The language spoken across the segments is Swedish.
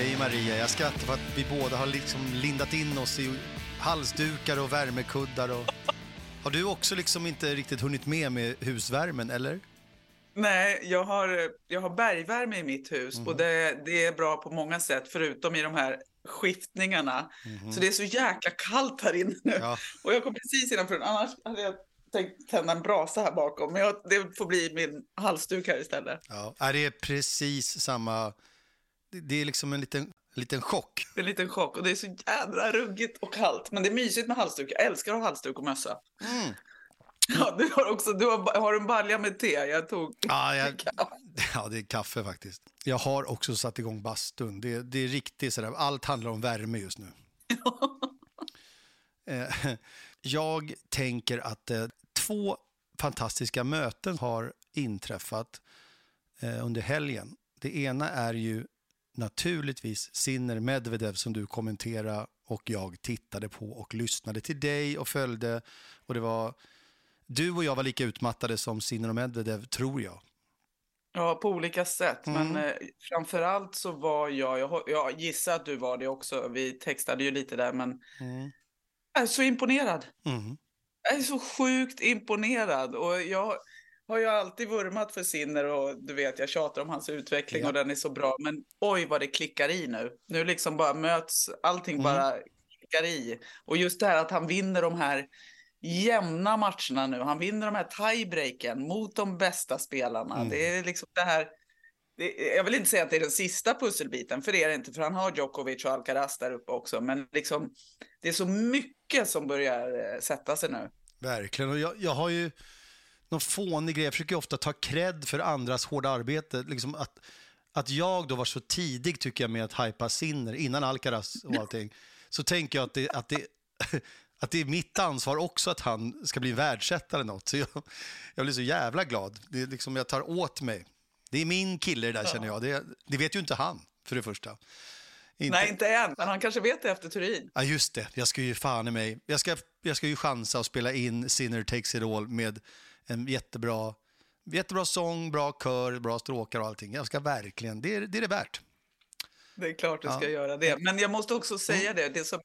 dig, Maria. Jag skrattar för att vi båda har liksom lindat in oss i halsdukar och värmekuddar. Har du också liksom inte riktigt hunnit med husvärmen, eller? Nej, jag har bergvärme i mitt hus och det är bra på många sätt förutom i de här skiftningarna. Så det är så jäkla kallt här inne nu. Ja. Och jag kom precis innanför, annars hade jag tänkt tända en brasa här bakom. Men det får bli min halsduk här istället. Ja, det är precis samma. Det är liksom en liten chock. Det är en liten chock och det är så jädra ruggigt och kallt. Men det är mysigt med halsduk. Jag älskar att ha halsduk och mössa. Ja, du har en balja med te. Jag tog Ja, det är kaffe faktiskt. Jag har också satt igång bastun. Det är riktigt sådär. Allt handlar om värme just nu. Jag tänker att 2 fantastiska möten har inträffat under helgen. Det ena är ju naturligtvis Sinner Medvedev som du kommenterade och jag tittade på och lyssnade till dig och följde. Och det var... Du och jag var lika utmattade som Sinner och Medvedev, tror jag. Ja, på olika sätt. Men framförallt så var jag gissar att du var det också. Vi textade ju lite där, men jag är så imponerad. Jag är så sjukt imponerad. Och jag har ju alltid vurmat för Sinner och du vet, jag tjatar om hans utveckling och den är så bra. Men oj vad det klickar i nu. Nu liksom bara möts, allting bara klickar i. Och just det här att han vinner de här jämna matcherna nu. Han vinner de här tiebreaken mot de bästa spelarna. Det är liksom det här... jag vill inte säga att det är den sista pusselbiten, för det är det inte. För han har Djokovic och Alcaraz där uppe också. Men liksom, det är så mycket som börjar sätta sig nu. Verkligen. Och jag har ju någon fånig grej. Jag försöker ofta ta cred för andras hårda arbete. Liksom att jag då var så tidig tycker jag med att hypa Sinner innan Alcaraz och allting. Så tänker jag att det är mitt ansvar också att han ska bli världsättare eller något. Så jag blir så jävla glad. Det är liksom, jag tar åt mig. Det är min kille det där känner jag. Det vet ju inte han, för det första. Nej, inte än. Men han kanske vet det efter Turin. Ja, just det. Jag ska ju fan i mig. Jag ska ju chansa att spela in Sinner Takes It All med en jättebra sång, bra kör, bra stråkar och allting. Jag ska verkligen, det är det värt. Det är klart du ska göra det. Men jag måste också säga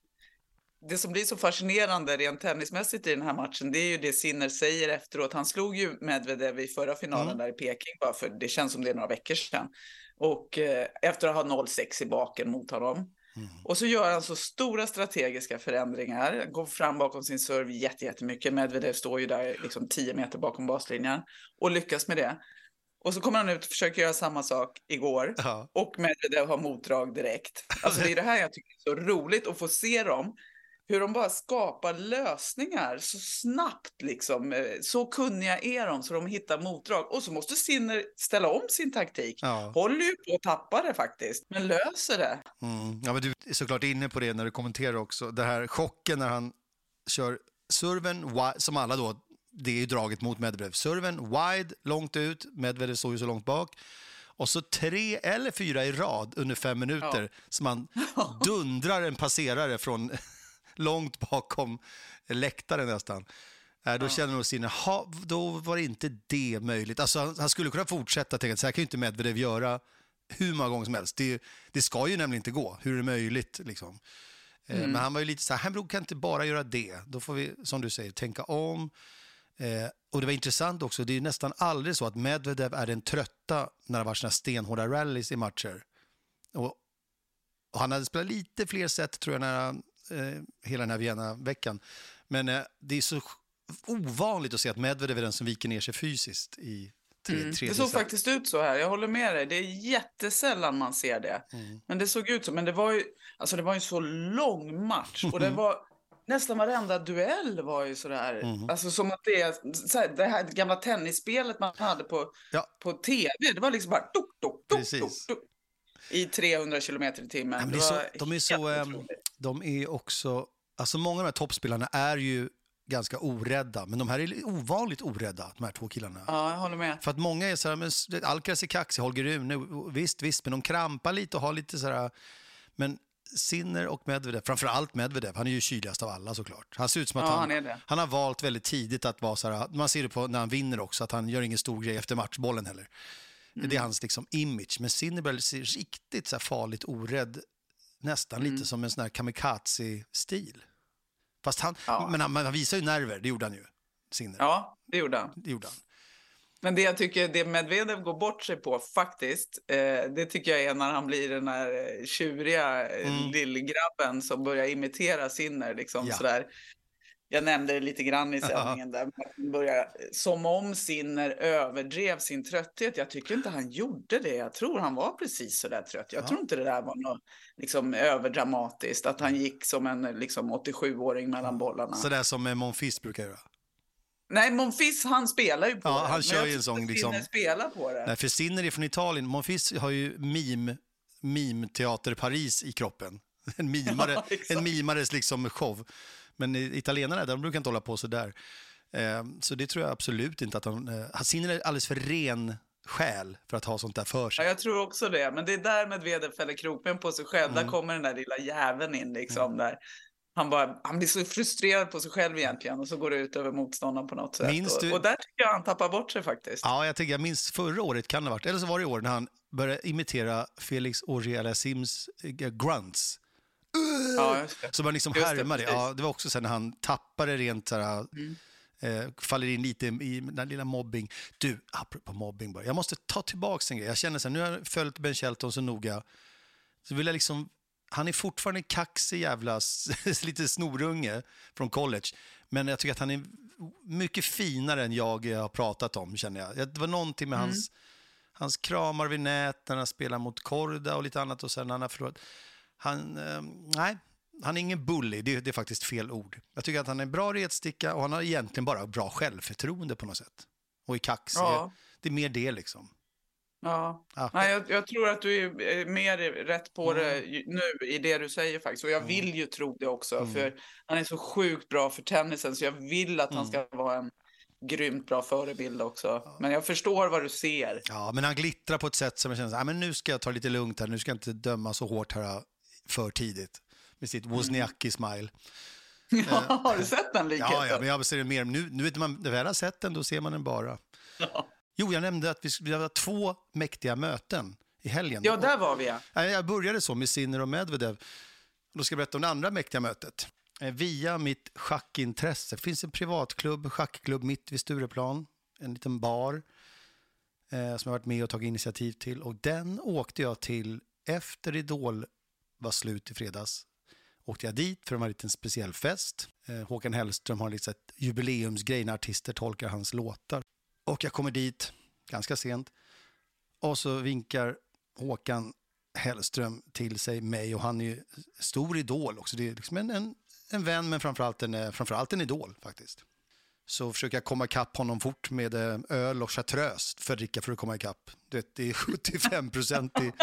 det som blir så fascinerande rent tennismässigt i den här matchen, det är ju det Sinner säger efteråt. Han slog ju Medvedev i förra finalen där i Peking, bara för det känns som det är några veckor sedan. Och efter att ha 0-6 i baken mot honom. Och så gör han så stora strategiska förändringar. Går fram bakom sin serve jättemycket. Medvedev står ju där liksom 10 meter bakom baslinjen och lyckas med det. Och så kommer han ut och försöker göra samma sak igår. Och Medvedev har motdrag direkt. Alltså det är det här jag tycker är så roligt att få se dem. Hur de bara skapar lösningar så snabbt liksom. Så kunniga är de så de hittar motdrag. Och så måste Sinner ställa om sin taktik. Håller ju på att tappa det faktiskt. Men löser det. Ja, men du är såklart inne på det när du kommenterar också. Det här chocken när han kör serven, som alla då, det är ju draget mot Medvedev. Serven wide, långt ut. Medvedev står ju så långt bak. Och så 3 eller 4 i rad under 5 minuter. Som man dundrar en passerare från... långt bakom läktaren nästan. Då känner nog Sinner, då var inte det möjligt. Alltså han skulle kunna fortsätta tänka att så här kan ju inte Medvedev göra hur många gånger som helst. Det ska ju nämligen inte gå. Hur är det möjligt liksom? Men han var ju lite så här, han kan inte bara göra det. Då får vi, som du säger, tänka om. Och det var intressant också, det är nästan aldrig så att Medvedev är den trötta när det var såna stenhårda rallies i matcher. Och han hade spelat lite fler sätt tror jag när hela den här Vienna-veckan. Men det är så ovanligt att se att Medvedev är den som viker ner sig fysiskt i tredje. Det såg faktiskt ut så här, jag håller med dig. Det är jättesällan man ser det. Men det såg ut så, men det var ju en så lång match. Och det var nästan varenda duell var ju sådär. Alltså som att det är såhär, det här gamla tennisspelet man hade på tv. Det var liksom bara tuk. I 300 kilometer i timmen. De är också, alltså många av de här toppspelarna är ju ganska orädda, men de här är ovanligt orädda, de här 2 killarna. Ja, jag håller med. För att många är så här, men Alcaraz är kaxig, Holger Rune, visst, men de krampar lite och har lite så här, men Sinner och Medvedev, framförallt Medvedev, han är ju kyligast av alla såklart. Han ser ut som att han har valt väldigt tidigt att vara så här, man ser det på när han vinner också, att han gör ingen stor grej efter matchbollen heller. Det är hans liksom image. Men Sinner började se riktigt så här farligt orädd, nästan lite som en sån här kamikaze-stil. Fast han visar ju nerver, det gjorde han ju. Sinner. Ja, det gjorde han. Det. Men det jag tycker det Medvedev går bort sig på faktiskt, det tycker jag är när han blir den här tjuriga lillgrabben som börjar imitera Sinner liksom sådär. Jag nämnde det lite grann i sändningen där. Som om Sinner överdrev sin trötthet. Jag tycker inte han gjorde det. Jag tror han var precis så där trött. Jag tror inte det där var något liksom överdramatiskt. Att han gick som en liksom 87-åring mellan bollarna. Så där som Monfils brukar göra. Nej, Monfils han spelar ju på det. Han kör ju en sån liksom. Sinner spelar på det. Nej, för Sinner är från Italien. Monfils har ju meme-teater Paris i kroppen. En mimares liksom show. Men italienarna, de brukar inte hålla på så där. Så det tror jag absolut inte att han Sinner är alldeles för ren själ för att ha sånt där för sig. Ja, jag tror också det. Men det är där Medvedev fäller kroppen på sig själv. Där kommer den där lilla jäveln in liksom där. Han blir så frustrerad på sig själv egentligen och så går det ut över motståndaren på något sätt. Och där tycker jag han tappar bort sig faktiskt. Ja, jag minns förra året kan det ha varit, eller så var det i år när han började imitera Felix Auger-Aliassimes grunts. Ja, just det. Så man liksom härmade det. Ja, det var också sen när han tappade rent såhär, faller in lite i den lilla mobbing. Du, apropå mobbing bara. Jag måste ta tillbaka en grej. Jag känner så här, nu har jag följt Ben Shelton så noga. Så vill jag liksom, han är fortfarande kaxig jävla lite snorunge från college. Men jag tycker att han är mycket finare än jag har pratat om, känner jag. Det var någonting med hans kramar vid nät när han spelar mot Korda och lite annat och sen när han har förlorat. Han är ingen bully, det är faktiskt fel ord. Jag tycker att han är en bra retsticka och han har egentligen bara bra självförtroende på något sätt. Och i kaxig, det är mer det liksom. Ja. Nej, jag tror att du är mer rätt på det nu i det du säger faktiskt. Och jag vill ju tro det också. För han är så sjukt bra för tennisen så jag vill att han ska vara en grymt bra förebild också. Men jag förstår vad du ser. Ja, men han glittrar på ett sätt som jag känner men nu ska jag ta lite lugnt här. Nu ska jag inte döma så hårt här för tidigt. Med sitt Wozniacki-smile. Ja, har du sett den likheten? Ja, men jag ser det mer. Nu vet man, när jag har sett den, då ser man den bara. Ja. Jo, jag nämnde att vi skulle ha 2 mäktiga möten i helgen. Ja, där var vi. Jag började så med Sinner och Medvedev. Då ska jag berätta om det andra mäktiga mötet. Via mitt schackintresse. Det finns en privatklubb, schackklubb mitt vid Stureplan. En liten bar som jag har varit med och tagit initiativ till. Och den åkte jag till efter Idol var slut i fredags. Åkte jag dit för de har en speciell fest. Håkan Hellström har liksom ett jubileumsgrej när artister tolkar hans låtar. Och jag kommer dit ganska sent. Och så vinkar Håkan Hellström till mig. Och han är ju stor idol också. Det är liksom en vän men framförallt en idol faktiskt. Så försöker jag komma ikapp honom fort med öl och chartreuse för att dricka för att komma ikapp. Det är 75% i...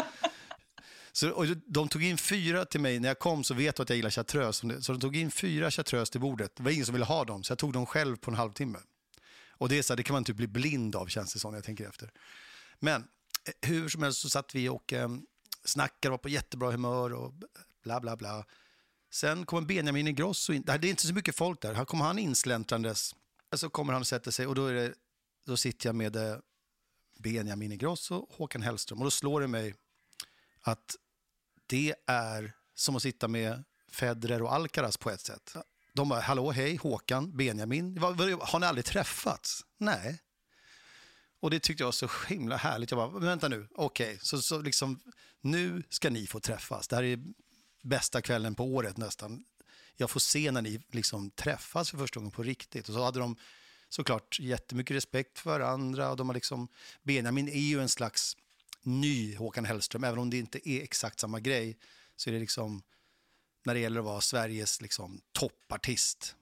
Och de tog in 4 till mig. När jag kom så vet jag att jag gillar chartreuse. Så de tog in 4 chartreuse till bordet. Det var ingen som ville ha dem. Så jag tog dem själv på en halvtimme. Och det är så här, det kan man typ bli blind av, känns det som, när jag tänker efter. Men hur som helst så satt vi och snackade, var på jättebra humör och bla bla bla. Sen kommer Benjamin Ingrosso in. Det är inte så mycket folk där. Här kommer han insläntrandes. Så kommer han och sätter sig. Och då sitter jag med Benjamin Ingrosso och Håkan Hellström. Och då slår det mig att det är som att sitta med Federer och Alcaraz på ett sätt. De bara, hallå, hej, Håkan, Benjamin. Har ni aldrig träffats? Nej. Och det tyckte jag var så himla härligt. Jag bara, vänta nu, okej. Så liksom, nu ska ni få träffas. Det här är bästa kvällen på året nästan. Jag får se när ni liksom träffas för första gången på riktigt. Och så hade de såklart jättemycket respekt för varandra. Och de har liksom, Benjamin är ju en slags ny Håkan Hellström. Även om det inte är exakt samma grej så är det liksom, när det gäller att vara Sveriges liksom toppartist.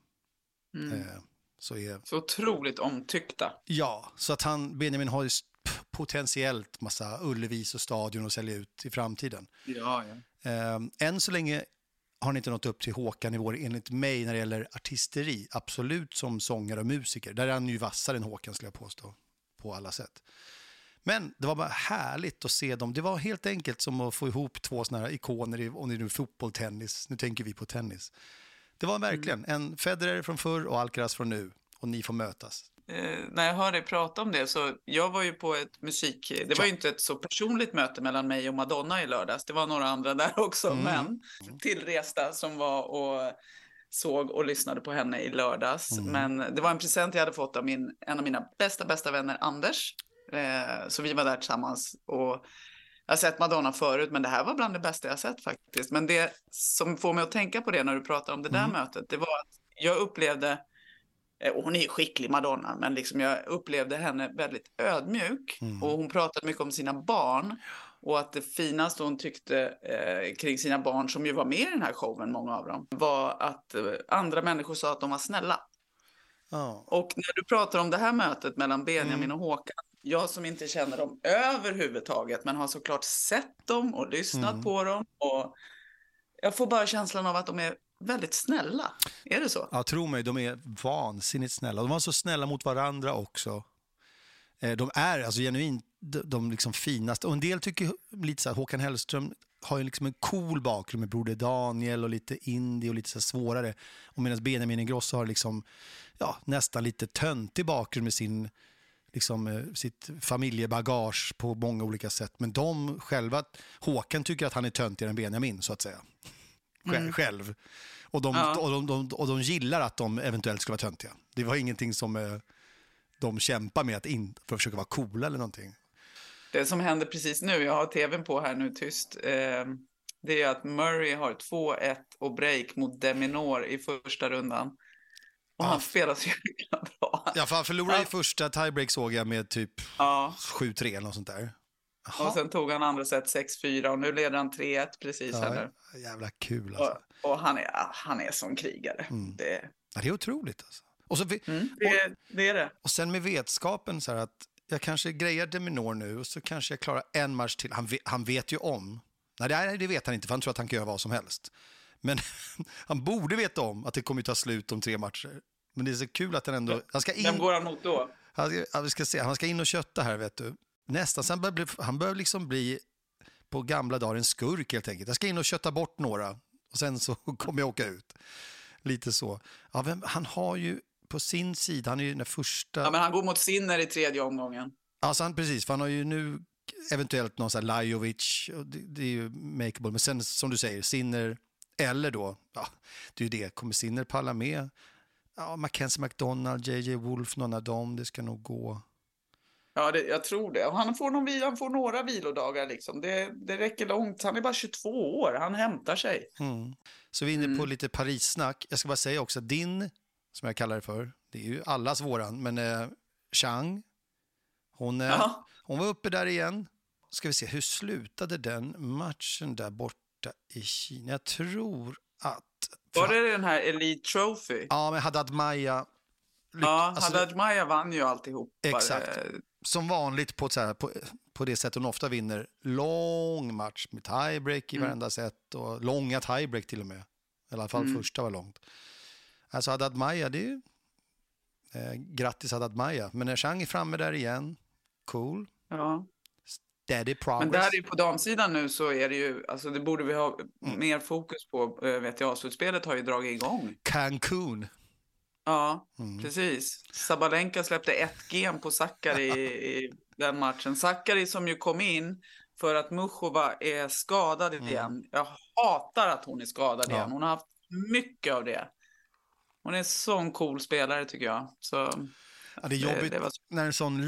Så otroligt omtyckta. Ja, så att Benjamin har ju potentiellt massa Ullevis och stadion att sälja ut i framtiden. Ja. Än så länge har han inte nått upp till Håkan-nivåer enligt mig när det gäller artisteri. Absolut som sångare och musiker. Där är han ju vassare än Håkan, skulle jag påstå. På alla sätt. Men det var bara härligt att se dem. Det var helt enkelt som att få ihop 2 såna här ikoner, om det är nu fotboll, tennis. Nu tänker vi på tennis. Det var verkligen en Federer från förr och Alcaraz från nu. Och ni får mötas. när jag hör dig prata om det, så jag var ju på ett det var ju inte ett så personligt möte mellan mig och Madonna i lördags. Det var några andra där också, men tillresta som var och såg och lyssnade på henne i lördags. Men det var en present jag hade fått av en av mina bästa vänner, Anders. Så vi var där tillsammans, och jag har sett Madonna förut, men det här var bland det bästa jag sett faktiskt. Men det som får mig att tänka på det när du pratar om det där mötet, det var att jag upplevde, och hon är skicklig Madonna, men liksom jag upplevde henne väldigt ödmjuk. Och hon pratade mycket om sina barn, och att det finaste hon tyckte kring sina barn, som ju var med i den här showen, många av dem, var att andra människor sa att de var snälla. Och när du pratar om det här mötet mellan Benjamin och Håkan, jag som inte känner dem överhuvudtaget, men har såklart sett dem och lyssnat på dem, och jag får bara känslan av att de är väldigt snälla. Är det så? Ja, tro mig, de är vansinnigt snälla. De var så snälla mot varandra också. De är alltså genuint de liksom finaste. Och en del tycker lite så här, Håkan Hellström har ju liksom en cool bakgrund med Broder Daniel och lite indie och lite så svårare. Och medan Benjamin Ingrosso har liksom, nästan lite töntig bakgrund med sin liksom sitt familjebagage på många olika sätt. Men de själva, Håkan tycker att han är töntigare än Benjamin, så att säga. Själv. Och de gillar att de eventuellt ska vara töntiga. Det var ingenting som de kämpar med för att försöka vara coola eller någonting. Det som händer precis nu, jag har tvn på här nu tyst, det är att Murray har 2-1 och break mot Deminor i första rundan. Och han spelar så jävla bra. Ja, för han förlorade i första tiebreak, såg jag, med typ 7-3 eller något sånt där. Aha. Och sen tog han andra set 6-4 och nu leder han 3-1 precis här nu. Jävla kul alltså. Och han är som krigare. Det är otroligt alltså. Och så det är det. Och sen med vetskapen så här att jag kanske grejar Deminor nu, och så kanske jag klarar en match till. Han vet ju om. Nej, det vet han inte, för han tror att han kan göra vad som helst. Men han borde veta om att det kommer att ta slut om 3 matcher. Men det är så kul att han ändå... Vem går han mot då? Vi ska se, han ska in och kötta här, vet du. Nästan, sen han börjar liksom bli på gamla dagar en skurk helt enkelt. Jag ska in och kötta bort några, och sen så kommer jag åka ut. Lite så. Ja, han har ju på sin sida, han är ju den första... Ja, men han går mot Sinner i 3:e omgången. Alltså precis, för han har ju nu eventuellt någon sån här Lajovic, och det är ju makeable. Men sen, som du säger, Sinner, eller då, det är ju det, kommer Sinner palla med? Ja, Mackenzie McDonald, JJ Wolf, någon av dem, det ska nog gå. Ja, jag tror det. Och han får några vilodagar liksom. Det räcker långt. Han är bara 22 år. Han hämtar sig. Så vi är inne på lite Paris-snack. Jag ska bara säga också att din, som jag kallar det för, det är ju allas våran, men Chang, hon var uppe där igen. Ska vi se, hur slutade den matchen där borta i Kina? Jag tror att... Var det den här Elite Trophy? Ja, men Haddad Maia... Haddad Maia vann ju alltihop. Exakt. Som vanligt på det sättet hon ofta vinner. Lång match med tiebreak i varenda set, och långa tiebreak till och med. I alla fall första var långt. Alltså Haddad Maia, det är ju... grattis Haddad Maia. Men när Chang är framme där igen, cool. Ja. Steady progress. Men där är på damsidan nu, så är det ju, alltså det borde vi ha mer fokus på. WTA-slutspelet har ju dragit igång. Cancun. Ja, precis. Sabalenka släppte 1 game på Sakkari i den matchen. Sakkari som ju kom in för att Muchova är skadad igen. Jag hatar att hon är skadad igen. Hon har haft mycket av det. Hon är en sån cool spelare, tycker jag. Så, det är jobbigt när en sån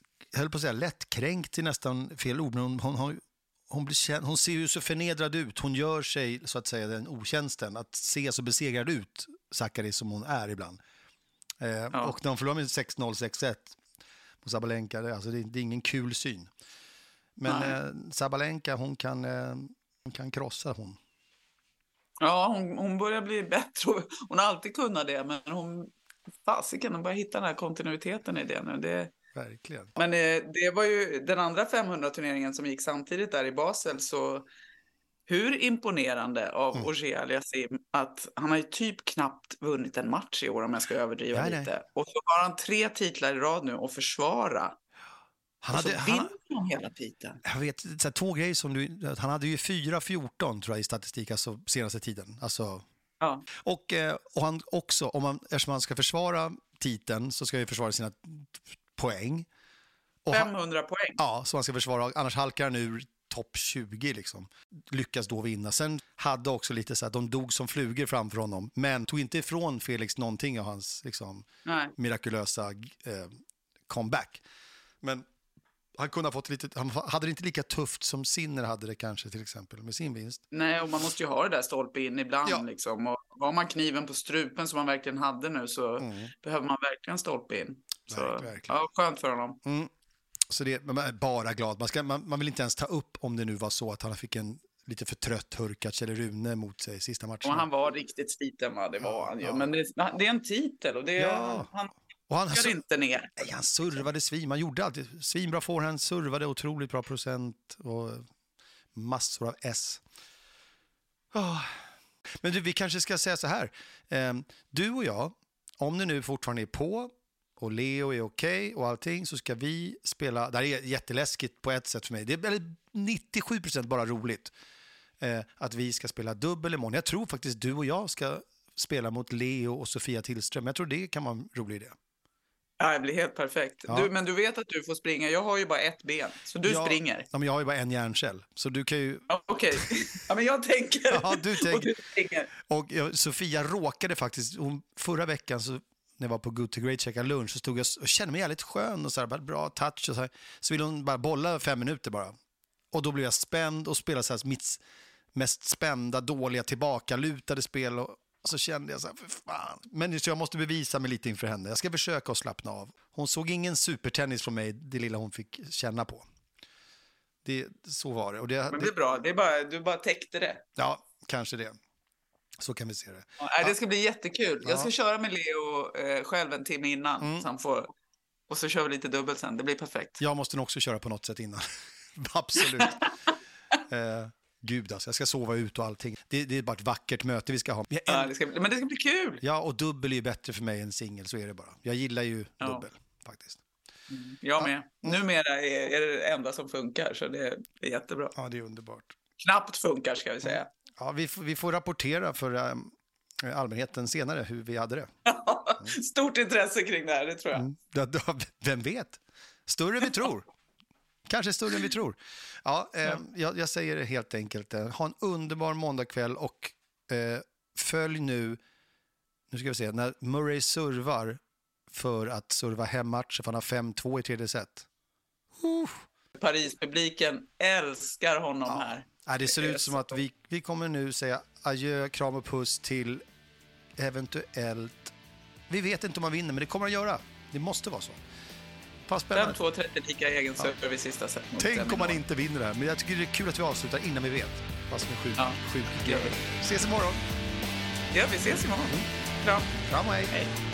lättkränkt till nästan fel ord, men hon ser ju så förnedrad ut. Hon gör sig, så att säga, den otjänsten att se så besegrad ut, Sakkari, som hon är ibland. Och när hon förlorar med 6-0, 6-1 på Sabalenka, alltså det är ingen kul syn. Men Sabalenka, hon kan krossa hon. Ja, hon börjar bli bättre. Hon har alltid kunnat det, men hon börjar hitta den här kontinuiteten i det nu. Verkligen. Men det var ju den andra 500-turneringen som gick samtidigt där i Basel, så hur imponerande av Auger Aliassime att han har ju typ knappt vunnit en match i år, om jag ska överdriva lite. Och så har han 3 titlar i rad nu att försvara. Han vinner hela titeln. Jag vet, så här, 2 grejer som han hade ju 4-14 tror jag i statistik, alltså senaste tiden. Alltså, och han också, eftersom man ska försvara titeln så ska han försvara sina poäng. Och 500 poäng? Ja, så han ska försvara. Annars halkar han ur topp 20 liksom. Lyckas då vinna. Sen hade också lite så att de dog som flugor framför honom. Men tog inte ifrån Felix någonting av hans liksom, mirakulösa comeback. Men han kunde ha fått lite, han hade det inte lika tufft som Sinner hade det kanske till exempel med sin vinst. Nej, och man måste ju ha det där stolpe in ibland liksom. Och har man kniven på strupen som man verkligen hade nu så behöver man verkligen stolpe in. Så, verkligen. Ja, skönt för honom. Så det är bara glad. Man vill inte ens ta upp om det nu var så att han fick en lite för trött Hurkacz eller Rune mot sig sista matchen. Och han var riktigt sliten, va? Det var han ju. Ja. Men det är en titel och det han ska inte ner. Nej, han servade man gjorde alltid svinbra forehand, servade otroligt bra procent och massor av S. Men du, vi kanske ska säga så här. Du och jag, om du nu fortfarande är på och Leo är okej och allting, så ska vi spela. Det här är jätteläskigt på ett sätt för mig. Det är 97% bara roligt att vi ska spela dubbel imorgon. Jag tror faktiskt du och jag ska spela mot Leo och Sofia Tillström. Jag tror det kan vara en rolig idé. Ja, det blir helt perfekt. Ja. Men du vet att du får springa. Jag har ju bara ett ben, så du springer. Ja, men jag har ju bara en hjärncell, så du kan ju... Okej. Ja, men jag tänker. Ja, du tänker. Och du springer. Och Sofia råkade faktiskt, förra veckan så när jag var på Good to Great käka lunch så stod jag och kände mig jävligt skön och så här, bara bra touch och så här. Så ville hon bara bolla 5 minuter bara. Och då blev jag spänd och spelade så här mitt mest spända, dåliga, tillbakalutade spel och så kände jag så här, för fan. Men så jag måste bevisa mig lite inför henne. Jag ska försöka att slappna av. Hon såg ingen supertennis från mig, det lilla hon fick känna på. Så var det. Och men det är bra, du bara täckte det. Ja, kanske det. Så kan vi se det. Ja, det ska bli jättekul. Jag ska köra med Leo själv en timme innan. Så han får, och så kör vi lite dubbelt sen. Det blir perfekt. Jag måste nog också köra på något sätt innan. Absolut. Gud alltså, jag ska sova ut och allting. Det är bara ett vackert möte vi ska ha. Men det ska bli kul. Ja, och dubbel är ju bättre för mig än singel, så är det bara. Jag gillar ju dubbel, faktiskt. Jag med. Numera är det enda som funkar, så det är jättebra. Ja, det är underbart. Knappt funkar, ska vi säga. Ja, vi får rapportera för allmänheten senare hur vi hade det. Stort intresse kring det här, det tror jag. Vem vet? Större än vi tror. Kanske större än vi tror. Ja, jag säger det helt enkelt. Ha en underbar måndagkväll och följ nu ska vi se, när Murray servar för att serva hem matchen, för han har 5-2 i tredje set. Paris-publiken älskar honom här. Ja, det ser ut som att vi kommer nu säga adjö, kram och puss till eventuellt. Vi vet inte om man vinner, men det kommer att göra. Det måste vara så. 5-2-30 lika egen serve i sista set. Tänk om man inte vinner det här. Men jag tycker det är kul att vi avslutar innan vi vet. Fast med sjuk. Ses imorgon. Ja, vi ses imorgon. Kram. Kram och hej.